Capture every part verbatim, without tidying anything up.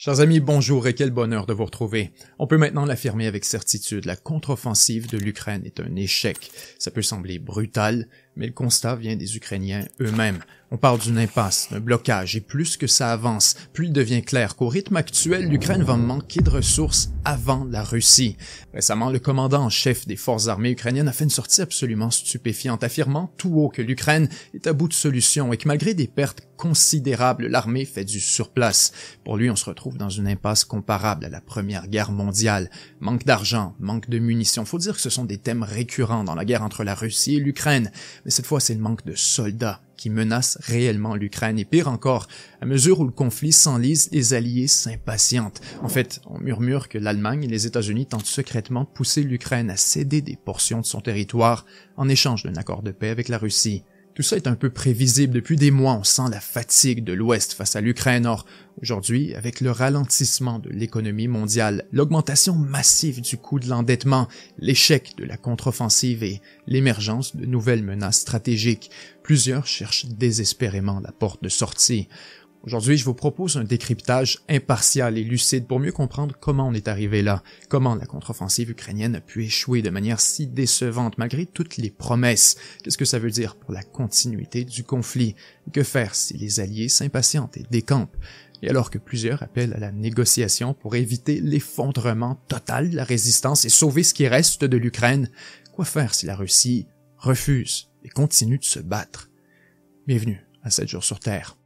Chers amis, bonjour et quel bonheur de vous retrouver. On peut maintenant l'affirmer avec certitude, la contre-offensive de l'Ukraine est un échec. Ça peut sembler brutal, mais le constat vient des Ukrainiens eux-mêmes. On parle d'une impasse, d'un blocage, et plus que ça avance, plus il devient clair qu'au rythme actuel, l'Ukraine va manquer de ressources avant la Russie. Récemment, le commandant en chef des forces armées ukrainiennes a fait une sortie absolument stupéfiante, affirmant tout haut que l'Ukraine est à bout de solutions et que malgré des pertes considérables, l'armée fait du surplace. Pour lui, on se retrouve dans une impasse comparable à la Première Guerre mondiale. Manque d'argent, manque de munitions. Faut dire que ce sont des thèmes récurrents dans la guerre entre la Russie et l'Ukraine. Mais cette fois, c'est le manque de soldats qui menace réellement l'Ukraine. Et pire encore, à mesure où le conflit s'enlise, les alliés s'impatientent. En fait, on murmure que l'Allemagne et les États-Unis tentent secrètement de pousser l'Ukraine à céder des portions de son territoire en échange d'un accord de paix avec la Russie. Tout ça est un peu prévisible. Depuis des mois, on sent la fatigue de l'Ouest face à l'Ukraine. Or, aujourd'hui, avec le ralentissement de l'économie mondiale, l'augmentation massive du coût de l'endettement, l'échec de la contre-offensive et l'émergence de nouvelles menaces stratégiques, plusieurs cherchent désespérément la porte de sortie. Aujourd'hui, je vous propose un décryptage impartial et lucide pour mieux comprendre comment on est arrivé là, comment la contre-offensive ukrainienne a pu échouer de manière si décevante malgré toutes les promesses. Qu'est-ce que ça veut dire pour la continuité du conflit? Que faire si les alliés s'impatientent et décampent? Et alors que plusieurs appellent à la négociation pour éviter l'effondrement total de la résistance et sauver ce qui reste de l'Ukraine, quoi faire si la Russie refuse et continue de se battre? Bienvenue à sept jours sur Terre.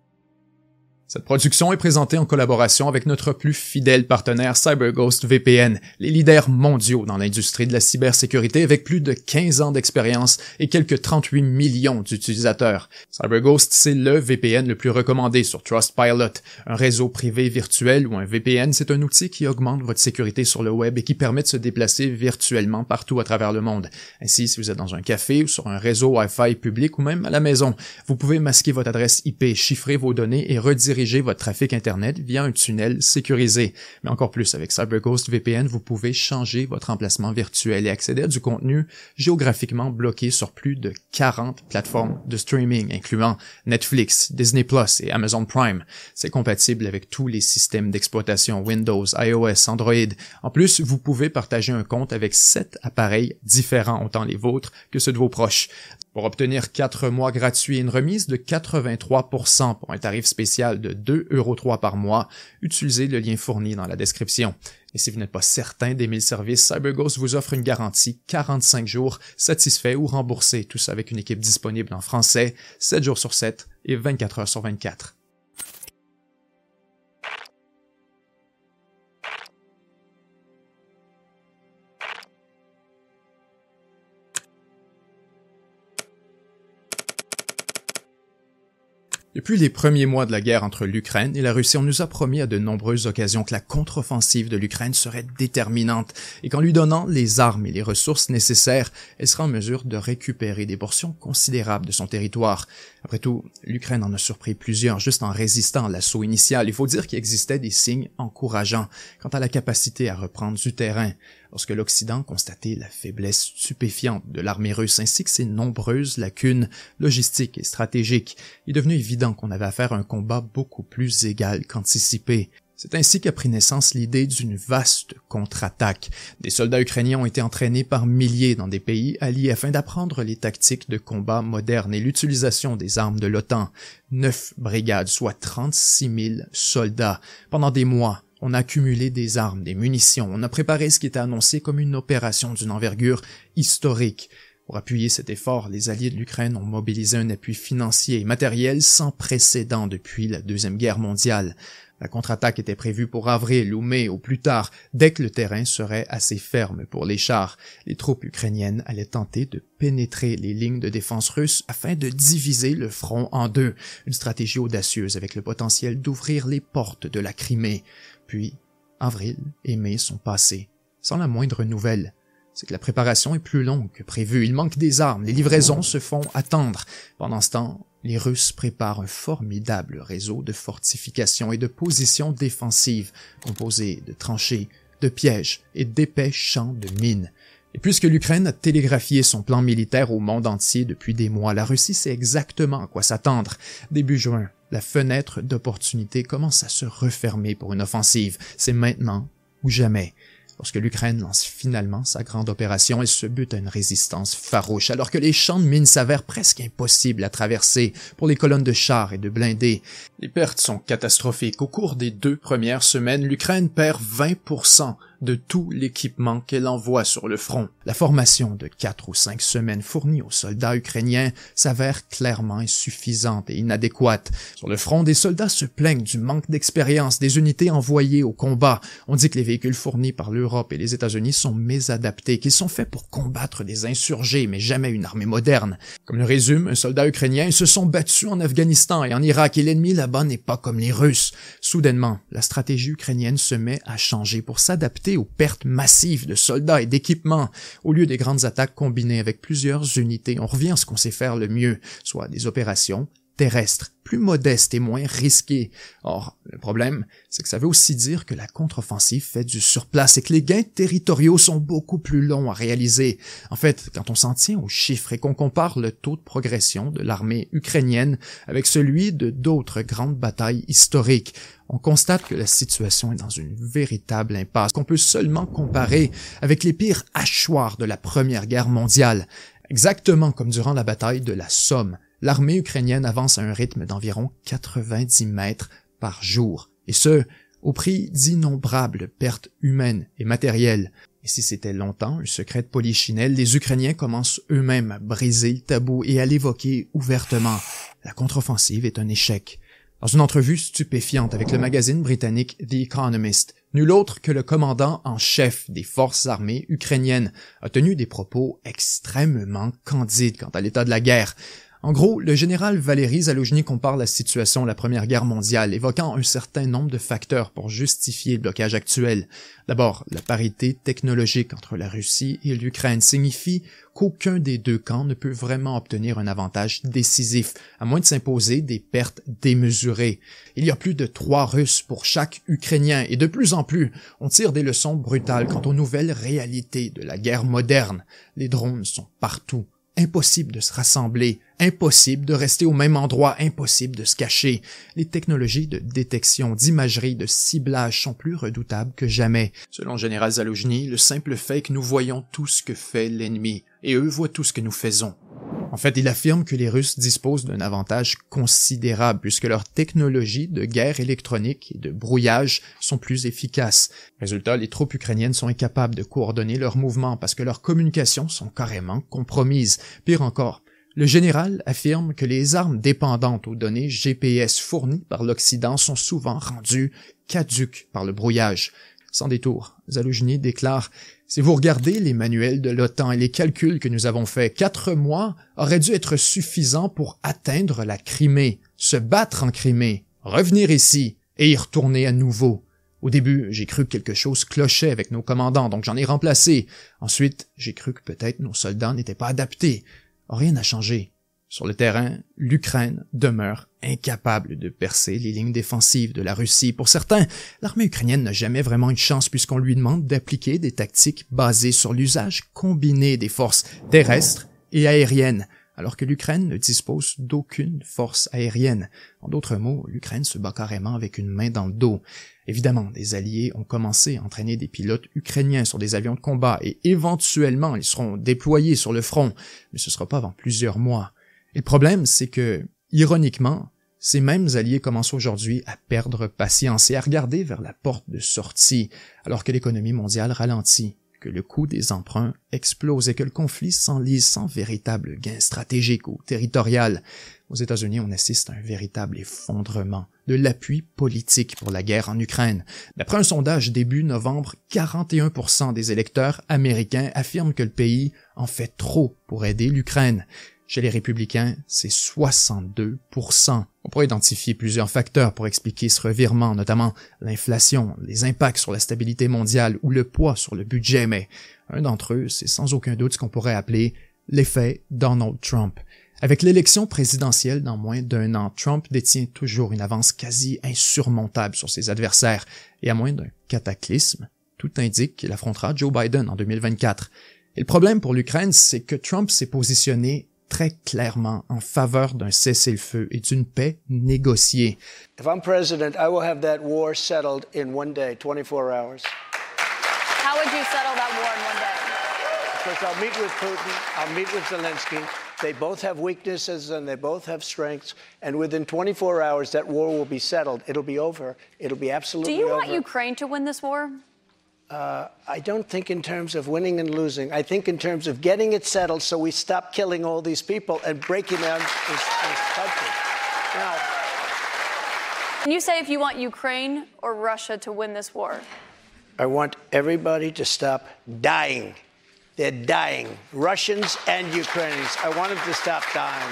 Cette production est présentée en collaboration avec notre plus fidèle partenaire CyberGhost V P N, les leaders mondiaux dans l'industrie de la cybersécurité avec plus de quinze ans d'expérience et quelques trente-huit millions d'utilisateurs. CyberGhost, c'est le V P N le plus recommandé sur Trustpilot. Un réseau privé virtuel ou un V P N, c'est un outil qui augmente votre sécurité sur le web et qui permet de se déplacer virtuellement partout à travers le monde. Ainsi, si vous êtes dans un café ou sur un réseau Wi-Fi public ou même à la maison, vous pouvez masquer votre adresse I P, chiffrer vos données et rediriger votre trafic Internet via un tunnel sécurisé. Mais encore plus, avec CyberGhost V P N, vous pouvez changer votre emplacement virtuel et accéder à du contenu géographiquement bloqué sur plus de quarante plateformes de streaming, incluant Netflix, Disney plus et Amazon Prime. C'est compatible avec tous les systèmes d'exploitation Windows, iOS, Android. En plus, vous pouvez partager un compte avec sept appareils différents, autant les vôtres que ceux de vos proches. Pour obtenir quatre mois gratuits et une remise de quatre-vingt-trois pour cent pour un tarif spécial de deux euros trois par mois, utilisez le lien fourni dans la description. Et si vous n'êtes pas certain d'aimer le service, CyberGhost vous offre une garantie quarante-cinq jours, satisfait ou remboursé, tout ça avec une équipe disponible en français, sept jours sur sept et vingt-quatre heures sur vingt-quatre. Depuis les premiers mois de la guerre entre l'Ukraine et la Russie, on nous a promis à de nombreuses occasions que la contre-offensive de l'Ukraine serait déterminante et qu'en lui donnant les armes et les ressources nécessaires, elle sera en mesure de récupérer des portions considérables de son territoire. Après tout, l'Ukraine en a surpris plusieurs juste en résistant à l'assaut initial. Il faut dire qu'il existait des signes encourageants quant à la capacité à reprendre du terrain. Lorsque l'Occident constatait la faiblesse stupéfiante de l'armée russe ainsi que ses nombreuses lacunes logistiques et stratégiques, il est devenu évident qu'on avait affaire à un combat beaucoup plus égal qu'anticipé. C'est ainsi qu'a pris naissance l'idée d'une vaste contre-attaque. Des soldats ukrainiens ont été entraînés par milliers dans des pays alliés afin d'apprendre les tactiques de combat modernes et l'utilisation des armes de l'OTAN. Neuf brigades, soit trente-six mille soldats. Pendant des mois, on a accumulé des armes, des munitions, on a préparé ce qui était annoncé comme une opération d'une envergure historique. Pour appuyer cet effort, les alliés de l'Ukraine ont mobilisé un appui financier et matériel sans précédent depuis la Deuxième Guerre mondiale. La contre-attaque était prévue pour avril ou mai au plus tard, dès que le terrain serait assez ferme pour les chars. Les troupes ukrainiennes allaient tenter de pénétrer les lignes de défense russes afin de diviser le front en deux, une stratégie audacieuse avec le potentiel d'ouvrir les portes de la Crimée. Puis, avril et mai sont passés, sans la moindre nouvelle. C'est que la préparation est plus longue que prévu, il manque des armes, les livraisons se font attendre. Pendant ce temps, les Russes préparent un formidable réseau de fortifications et de positions défensives, composé de tranchées, de pièges et d'épais champs de mines. Et puisque l'Ukraine a télégraphié son plan militaire au monde entier depuis des mois, la Russie sait exactement à quoi s'attendre. Début juin, La fenêtre d'opportunité commence à se refermer pour une offensive. C'est maintenant ou jamais. Lorsque l'Ukraine lance finalement sa grande opération, elle se bute à une résistance farouche, alors que les champs de mines s'avèrent presque impossibles à traverser pour les colonnes de chars et de blindés. Les pertes sont catastrophiques. Au cours des deux premières semaines, l'Ukraine perd vingt pour cent de tout l'équipement qu'elle envoie sur le front. La formation de quatre ou cinq semaines fournie aux soldats ukrainiens s'avère clairement insuffisante et inadéquate. Sur le front, des soldats se plaignent du manque d'expérience des unités envoyées au combat. On dit que les véhicules fournis par l'Europe et les États-Unis sont mésadaptés, qu'ils sont faits pour combattre des insurgés, mais jamais une armée moderne. Comme le résume un soldat ukrainien, ils se sont battus en Afghanistan et en Irak et l'ennemi là-bas n'est pas comme les Russes. Soudainement, la stratégie ukrainienne se met à changer pour s'adapter aux pertes massives de soldats et d'équipements. Au lieu des grandes attaques combinées avec plusieurs unités, on revient à ce qu'on sait faire le mieux, soit des opérations terrestres, plus modestes et moins risquées. Or, le problème, c'est que ça veut aussi dire que la contre-offensive fait du surplace et que les gains territoriaux sont beaucoup plus longs à réaliser. En fait, quand on s'en tient aux chiffres et qu'on compare le taux de progression de l'armée ukrainienne avec celui de d'autres grandes batailles historiques, on constate que la situation est dans une véritable impasse qu'on peut seulement comparer avec les pires hachoirs de la Première Guerre mondiale. Exactement comme durant la bataille de la Somme, l'armée ukrainienne avance à un rythme d'environ quatre-vingt-dix mètres par jour, et ce, au prix d'innombrables pertes humaines et matérielles. Et si c'était longtemps un secret de polichinelle, les Ukrainiens commencent eux-mêmes à briser le tabou et à l'évoquer ouvertement. La contre-offensive est un échec. Dans une entrevue stupéfiante avec le magazine britannique The Economist, nul autre que le commandant en chef des forces armées ukrainiennes a tenu des propos extrêmement candides quant à l'état de la guerre. En gros, le général Valéry Zaloujny compare la situation à la Première Guerre mondiale, évoquant un certain nombre de facteurs pour justifier le blocage actuel. D'abord, la parité technologique entre la Russie et l'Ukraine signifie qu'aucun des deux camps ne peut vraiment obtenir un avantage décisif, à moins de s'imposer des pertes démesurées. Il y a plus de trois Russes pour chaque Ukrainien, et de plus en plus, on tire des leçons brutales quant aux nouvelles réalités de la guerre moderne. Les drones sont partout. Impossible de se rassembler, impossible de rester au même endroit, impossible de se cacher. Les technologies de détection, d'imagerie, de ciblage sont plus redoutables que jamais. Selon le général Zaloujny, le simple fait que nous voyons tout ce que fait l'ennemi, et eux voient tout ce que nous faisons. En fait, il affirme que les Russes disposent d'un avantage considérable puisque leurs technologies de guerre électronique et de brouillage sont plus efficaces. Résultat, les troupes ukrainiennes sont incapables de coordonner leurs mouvements parce que leurs communications sont carrément compromises. Pire encore, le général affirme que les armes dépendantes aux données G P S fournies par l'Occident sont souvent rendues caduques par le brouillage. Sans détour, Zaloujny déclare « Si vous regardez les manuels de l'OTAN et les calculs que nous avons faits, quatre mois auraient dû être suffisants pour atteindre la Crimée, se battre en Crimée, revenir ici et y retourner à nouveau. Au début, j'ai cru que quelque chose clochait avec nos commandants, donc j'en ai remplacé. Ensuite, j'ai cru que peut-être nos soldats n'étaient pas adaptés. Rien n'a changé. Sur le terrain, l'Ukraine demeure incapable de percer les lignes défensives de la Russie. Pour certains, l'armée ukrainienne n'a jamais vraiment eu de chance puisqu'on lui demande d'appliquer des tactiques basées sur l'usage combiné des forces terrestres et aériennes, alors que l'Ukraine ne dispose d'aucune force aérienne. En d'autres mots, l'Ukraine se bat carrément avec une main dans le dos. Évidemment, des alliés ont commencé à entraîner des pilotes ukrainiens sur des avions de combat et éventuellement ils seront déployés sur le front, mais ce sera pas avant plusieurs mois. Et le problème, c'est que, ironiquement, ces mêmes alliés commencent aujourd'hui à perdre patience et à regarder vers la porte de sortie, alors que l'économie mondiale ralentit, que le coût des emprunts explose et que le conflit s'enlise sans véritable gain stratégique ou territorial. Aux États-Unis, on assiste à un véritable effondrement de l'appui politique pour la guerre en Ukraine. D'après un sondage début novembre, quarante et un pour cent des électeurs américains affirment que le pays en fait trop pour aider l'Ukraine. Chez les républicains, c'est soixante-deux pour cent. On pourrait identifier plusieurs facteurs pour expliquer ce revirement, notamment l'inflation, les impacts sur la stabilité mondiale ou le poids sur le budget, mais un d'entre eux, c'est sans aucun doute ce qu'on pourrait appeler l'effet Donald Trump. Avec l'élection présidentielle dans moins d'un an, Trump détient toujours une avance quasi insurmontable sur ses adversaires, et à moins d'un cataclysme, tout indique qu'il affrontera Joe Biden en deux mille vingt-quatre. Et le problème pour l'Ukraine, c'est que Trump s'est positionné très clairement en faveur d'un cessez-le-feu et d'une paix négociée. If I'm president, I will have that war settled in one day, twenty-four hours. How would you settle that war in one day? Because I'll meet with Putin, I'll meet with Zelensky. They both have weaknesses and they both have strengths. And within twenty-four hours, that war will be settled. It'll be over. It'll be absolutely over. Do you want Ukraine to win this war? Uh, I don't think in terms of winning and losing. I think in terms of getting it settled so we stop killing all these people and breaking down this, this country. Now, can you say if you want Ukraine or Russia to win this war? I want everybody to stop dying. They're dying. Russians and Ukrainians. I want them to stop dying.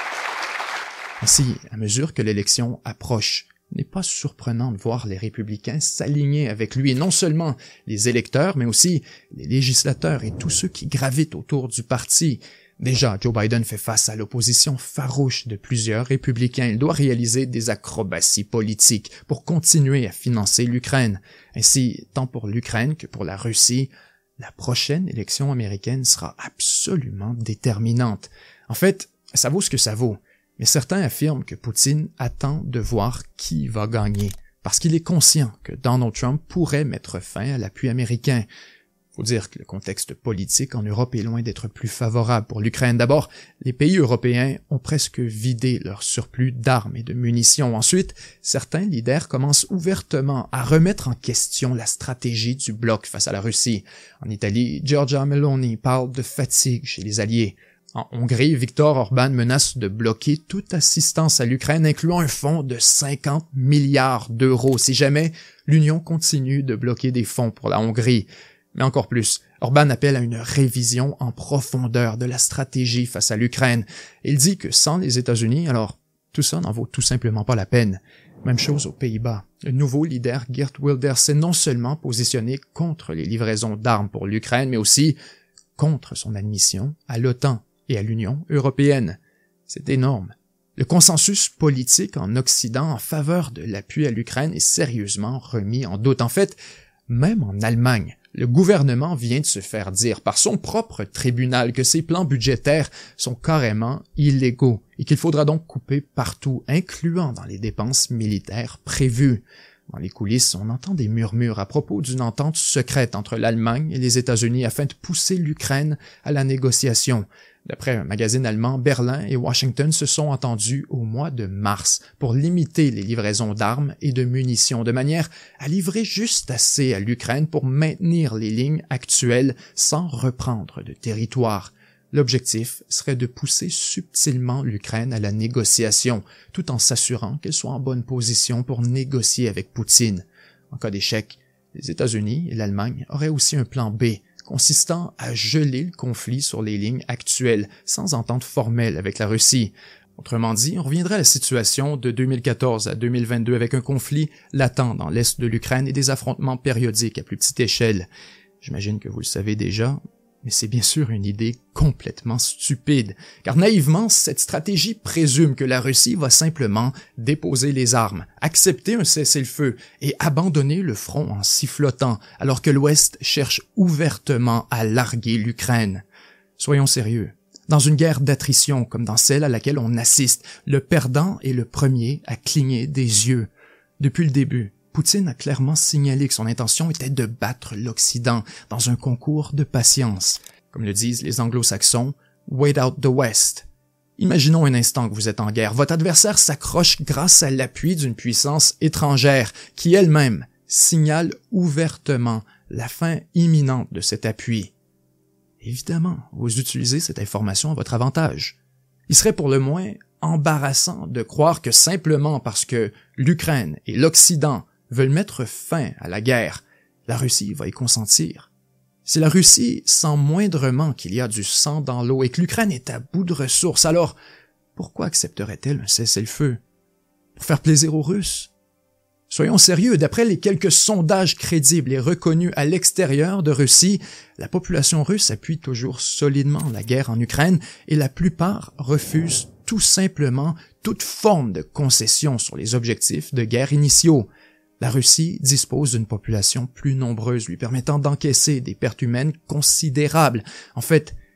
Ainsi, à mesure que l'élection approche, il n'est pas surprenant de voir les républicains s'aligner avec lui, et non seulement les électeurs, mais aussi les législateurs et tous ceux qui gravitent autour du parti. Déjà, Joe Biden fait face à l'opposition farouche de plusieurs républicains. Il doit réaliser des acrobaties politiques pour continuer à financer l'Ukraine. Ainsi, tant pour l'Ukraine que pour la Russie, la prochaine élection américaine sera absolument déterminante. En fait, ça vaut ce que ça vaut. Mais certains affirment que Poutine attend de voir qui va gagner, parce qu'il est conscient que Donald Trump pourrait mettre fin à l'appui américain. Faut dire que le contexte politique en Europe est loin d'être plus favorable pour l'Ukraine. D'abord, les pays européens ont presque vidé leur surplus d'armes et de munitions. Ensuite, certains leaders commencent ouvertement à remettre en question la stratégie du bloc face à la Russie. En Italie, Giorgia Meloni parle de fatigue chez les alliés. En Hongrie, Viktor Orban menace de bloquer toute assistance à l'Ukraine, incluant un fonds de cinquante milliards d'euros, si jamais l'Union continue de bloquer des fonds pour la Hongrie. Mais encore plus, Orban appelle à une révision en profondeur de la stratégie face à l'Ukraine. Il dit que sans les États-Unis, alors tout ça n'en vaut tout simplement pas la peine. Même chose aux Pays-Bas. Le nouveau leader Geert Wilders s'est non seulement positionné contre les livraisons d'armes pour l'Ukraine, mais aussi contre son admission à l'OTAN et à l'Union européenne. C'est énorme. Le consensus politique en Occident en faveur de l'appui à l'Ukraine est sérieusement remis en doute. En fait, même en Allemagne, le gouvernement vient de se faire dire par son propre tribunal que ses plans budgétaires sont carrément illégaux et qu'il faudra donc couper partout, incluant dans les dépenses militaires prévues. Dans les coulisses, on entend des murmures à propos d'une entente secrète entre l'Allemagne et les États-Unis afin de pousser l'Ukraine à la négociation. D'après un magazine allemand, Berlin et Washington se sont entendus au mois de mars pour limiter les livraisons d'armes et de munitions de manière à livrer juste assez à l'Ukraine pour maintenir les lignes actuelles sans reprendre de territoire. L'objectif serait de pousser subtilement l'Ukraine à la négociation, tout en s'assurant qu'elle soit en bonne position pour négocier avec Poutine. En cas d'échec, les États-Unis et l'Allemagne auraient aussi un plan B, consistant à geler le conflit sur les lignes actuelles, sans entente formelle avec la Russie. Autrement dit, on reviendrait à la situation de deux mille quatorze à deux mille vingt-deux avec un conflit latent dans l'est de l'Ukraine et des affrontements périodiques à plus petite échelle. J'imagine que vous le savez déjà, mais c'est bien sûr une idée complètement stupide, car naïvement, cette stratégie présume que la Russie va simplement déposer les armes, accepter un cessez-le-feu et abandonner le front en sifflotant, alors que l'Ouest cherche ouvertement à larguer l'Ukraine. Soyons sérieux. Dans une guerre d'attrition comme dans celle à laquelle on assiste, le perdant est le premier à cligner des yeux. Depuis le début, Poutine a clairement signalé que son intention était de battre l'Occident dans un concours de patience. Comme le disent les anglo-saxons, « wait out the West ». Imaginons un instant que vous êtes en guerre. Votre adversaire s'accroche grâce à l'appui d'une puissance étrangère qui elle-même signale ouvertement la fin imminente de cet appui. Évidemment, vous utilisez cette information à votre avantage. Il serait pour le moins embarrassant de croire que simplement parce que l'Ukraine et l'Occident veulent mettre fin à la guerre, la Russie va y consentir. Si la Russie sent moindrement qu'il y a du sang dans l'eau et que l'Ukraine est à bout de ressources, alors pourquoi accepterait-elle un cessez-le-feu? Pour faire plaisir aux Russes? Soyons sérieux, d'après les quelques sondages crédibles et reconnus à l'extérieur de Russie, la population russe appuie toujours solidement la guerre en Ukraine et la plupart refusent tout simplement toute forme de concession sur les objectifs de guerre initiaux. La Russie dispose d'une population plus nombreuse lui permettant d'encaisser des pertes humaines considérables. En fait,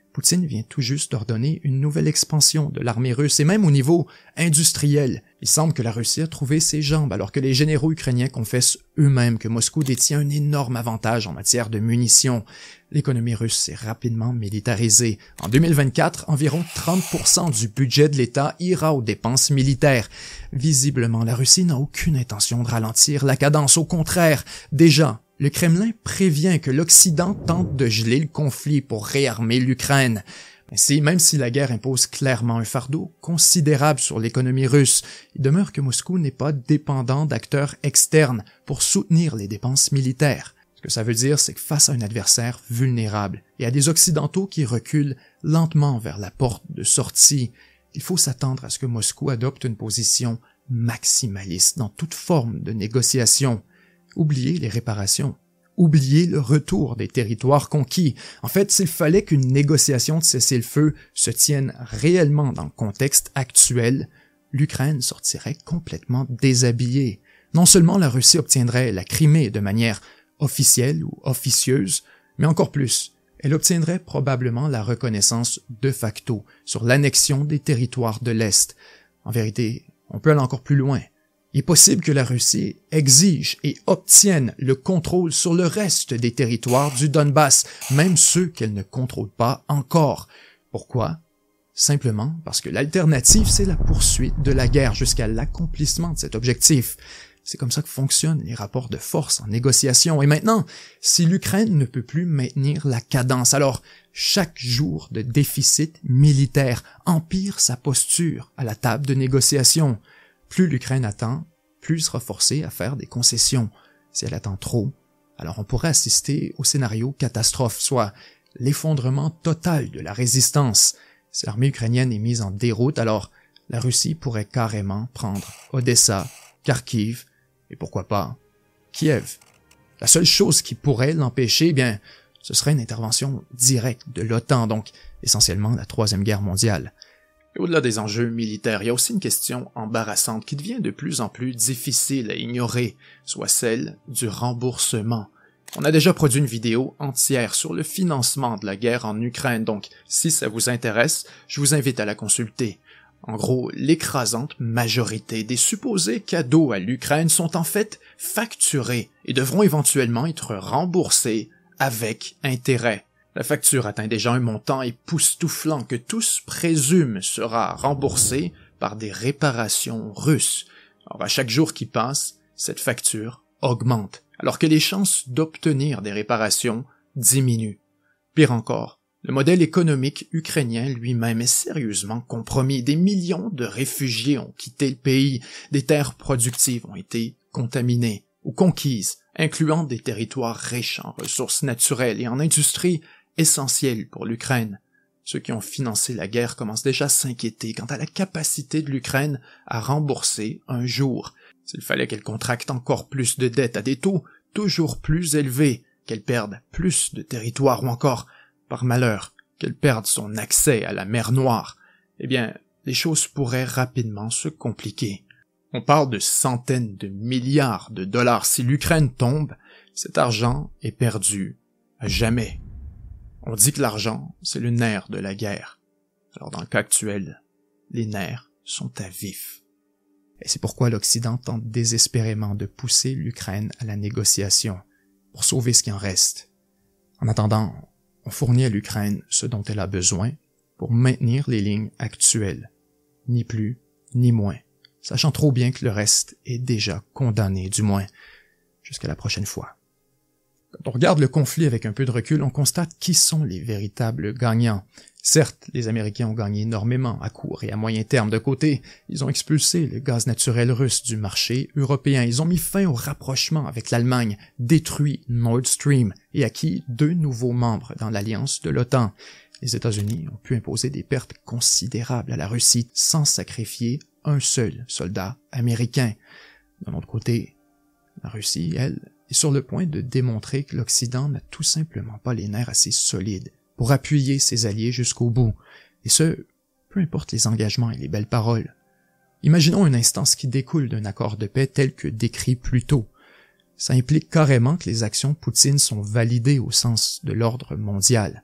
Poutine vient tout juste d'ordonner une nouvelle expansion de l'armée russe, et même au niveau industriel. Il semble que la Russie a trouvé ses jambes, alors que les généraux ukrainiens confessent eux-mêmes que Moscou détient un énorme avantage en matière de munitions. L'économie russe s'est rapidement militarisée. En deux mille vingt-quatre, environ trente pour cent du budget de l'État ira aux dépenses militaires. Visiblement, la Russie n'a aucune intention de ralentir la cadence. Au contraire, déjà, le Kremlin prévient que l'Occident tente de geler le conflit pour réarmer l'Ukraine. Ainsi, même si la guerre impose clairement un fardeau considérable sur l'économie russe, il demeure que Moscou n'est pas dépendant d'acteurs externes pour soutenir les dépenses militaires. Ce que ça veut dire, c'est que face à un adversaire vulnérable et à des Occidentaux qui reculent lentement vers la porte de sortie, il faut s'attendre à ce que Moscou adopte une position maximaliste dans toute forme de négociation. Oubliez les réparations. Oubliez le retour des territoires conquis. En fait, s'il fallait qu'une négociation de cessez-le-feu se tienne réellement dans le contexte actuel, l'Ukraine sortirait complètement déshabillée. Non seulement la Russie obtiendrait la Crimée de manière officielle ou officieuse, mais encore plus, elle obtiendrait probablement la reconnaissance de facto sur l'annexion des territoires de l'Est. En vérité, on peut aller encore plus loin. Il est possible que la Russie exige et obtienne le contrôle sur le reste des territoires du Donbass, même ceux qu'elle ne contrôle pas encore. Pourquoi? Simplement parce que l'alternative, c'est la poursuite de la guerre jusqu'à l'accomplissement de cet objectif. C'est comme ça que fonctionnent les rapports de force en négociation. Et maintenant, si l'Ukraine ne peut plus maintenir la cadence, alors chaque jour de déficit militaire empire sa posture à la table de négociation. Plus l'Ukraine attend, plus elle sera forcée à faire des concessions. Si elle attend trop, alors on pourrait assister au scénario catastrophe, soit l'effondrement total de la résistance. Si l'armée ukrainienne est mise en déroute, alors la Russie pourrait carrément prendre Odessa, Kharkiv, et pourquoi pas Kiev. La seule chose qui pourrait l'empêcher, eh bien, ce serait une intervention directe de l'OTAN, donc essentiellement la Troisième Guerre mondiale. Et au-delà des enjeux militaires, il y a aussi une question embarrassante qui devient de plus en plus difficile à ignorer, soit celle du remboursement. On a déjà produit une vidéo entière sur le financement de la guerre en Ukraine, donc si ça vous intéresse, je vous invite à la consulter. En gros, l'écrasante majorité des supposés cadeaux à l'Ukraine sont en fait facturés et devront éventuellement être remboursés avec intérêt. La facture atteint déjà un montant époustouflant que tous présument sera remboursé par des réparations russes. Or, à chaque jour qui passe, cette facture augmente, alors que les chances d'obtenir des réparations diminuent. Pire encore, le modèle économique ukrainien lui-même est sérieusement compromis. Des millions de réfugiés ont quitté le pays, des terres productives ont été contaminées ou conquises, incluant des territoires riches en ressources naturelles et en industries essentielles pour l'Ukraine. Ceux qui ont financé la guerre commencent déjà à s'inquiéter quant à la capacité de l'Ukraine à rembourser un jour. S'il fallait qu'elle contracte encore plus de dettes à des taux toujours plus élevés, qu'elle perde plus de territoire ou encore, par malheur, qu'elle perde son accès à la mer Noire, eh bien, les choses pourraient rapidement se compliquer. On parle de centaines de milliards de dollars. Si l'Ukraine tombe, cet argent est perdu à jamais. On dit que l'argent, c'est le nerf de la guerre. Alors dans le cas actuel, les nerfs sont à vif. Et c'est pourquoi l'Occident tente désespérément de pousser l'Ukraine à la négociation, pour sauver ce qui en reste. En attendant, on fournit à l'Ukraine ce dont elle a besoin pour maintenir les lignes actuelles, ni plus ni moins, sachant trop bien que le reste est déjà condamné, du moins, jusqu'à la prochaine fois. Quand on regarde le conflit avec un peu de recul, on constate qui sont les véritables gagnants. Certes, les Américains ont gagné énormément à court et à moyen terme. De côté, ils ont expulsé le gaz naturel russe du marché européen. Ils ont mis fin au rapprochement avec l'Allemagne, détruit Nord Stream et acquis deux nouveaux membres dans l'alliance de l'OTAN. Les États-Unis ont pu imposer des pertes considérables à la Russie sans sacrifier un seul soldat américain. D'un autre côté, la Russie, elle, est sur le point de démontrer que l'Occident n'a tout simplement pas les nerfs assez solides pour appuyer ses alliés jusqu'au bout, et ce, peu importe les engagements et les belles paroles. Imaginons une instance qui découle d'un accord de paix tel que décrit plus tôt. Ça implique carrément que les actions de Poutine sont validées au sens de l'ordre mondial.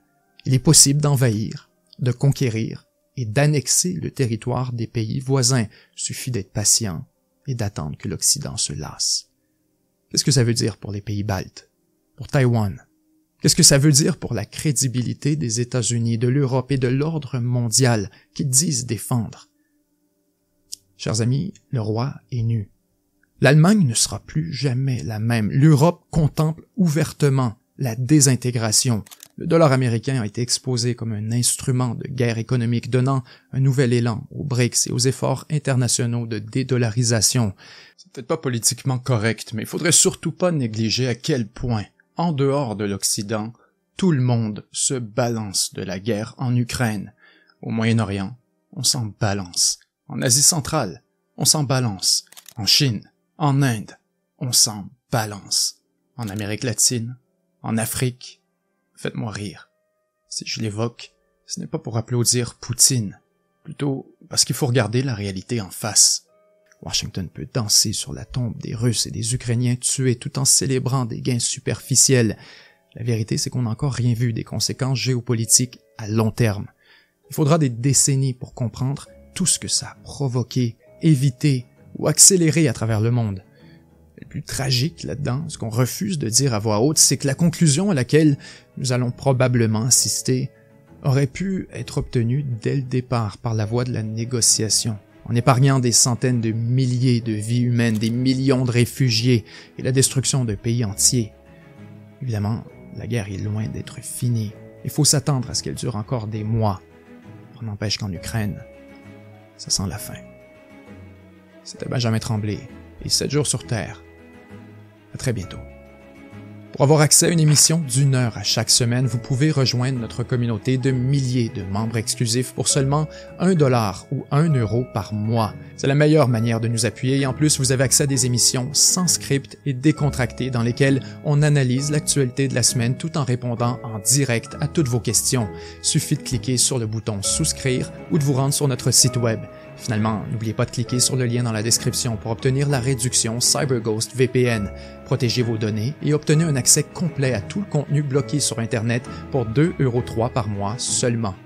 Il est possible d'envahir, de conquérir et d'annexer le territoire des pays voisins. Suffit d'être patient et d'attendre que l'Occident se lasse. Qu'est-ce que ça veut dire pour les pays baltes, pour Taïwan? Qu'est-ce que ça veut dire pour la crédibilité des États-Unis, de l'Europe et de l'ordre mondial qu'ils disent défendre? Chers amis, le roi est nu. L'Allemagne ne sera plus jamais la même. L'Europe contemple ouvertement la désintégration. Le dollar américain a été exposé comme un instrument de guerre économique, donnant un nouvel élan aux BRICS et aux efforts internationaux de dédollarisation. C'est peut-être pas politiquement correct, mais il faudrait surtout pas négliger à quel point, en dehors de l'Occident, tout le monde se balance de la guerre en Ukraine. Au Moyen-Orient, on s'en balance. En Asie centrale, on s'en balance. En Chine, en Inde, on s'en balance. En Amérique latine, en Afrique, faites-moi rire. Si je l'évoque, ce n'est pas pour applaudir Poutine, plutôt parce qu'il faut regarder la réalité en face. Washington peut danser sur la tombe des Russes et des Ukrainiens tués tout en célébrant des gains superficiels. La vérité, c'est qu'on n'a encore rien vu des conséquences géopolitiques à long terme. Il faudra des décennies pour comprendre tout ce que ça a provoqué, évité ou accéléré à travers le monde. Le plus tragique là-dedans, ce qu'on refuse de dire à voix haute, c'est que la conclusion à laquelle nous allons probablement assister aurait pu être obtenue dès le départ par la voie de la négociation, en épargnant des centaines de milliers de vies humaines, des millions de réfugiés et la destruction de pays entiers. Évidemment, la guerre est loin d'être finie. Il faut s'attendre à ce qu'elle dure encore des mois. On n'empêche qu'en Ukraine, ça sent la fin. C'était Benjamin Tremblay et sept jours sur Terre. À très bientôt. Pour avoir accès à une émission d'une heure à chaque semaine, vous pouvez rejoindre notre communauté de milliers de membres exclusifs pour seulement un dollar ou un euro par mois. C'est la meilleure manière de nous appuyer et en plus, vous avez accès à des émissions sans script et décontractées dans lesquelles on analyse l'actualité de la semaine tout en répondant en direct à toutes vos questions. Suffit de cliquer sur le bouton souscrire ou de vous rendre sur notre site web. Finalement, n'oubliez pas de cliquer sur le lien dans la description pour obtenir la réduction CyberGhost V P N. Protégez vos données et obtenez un accès complet à tout le contenu bloqué sur Internet pour deux euros trois par mois seulement.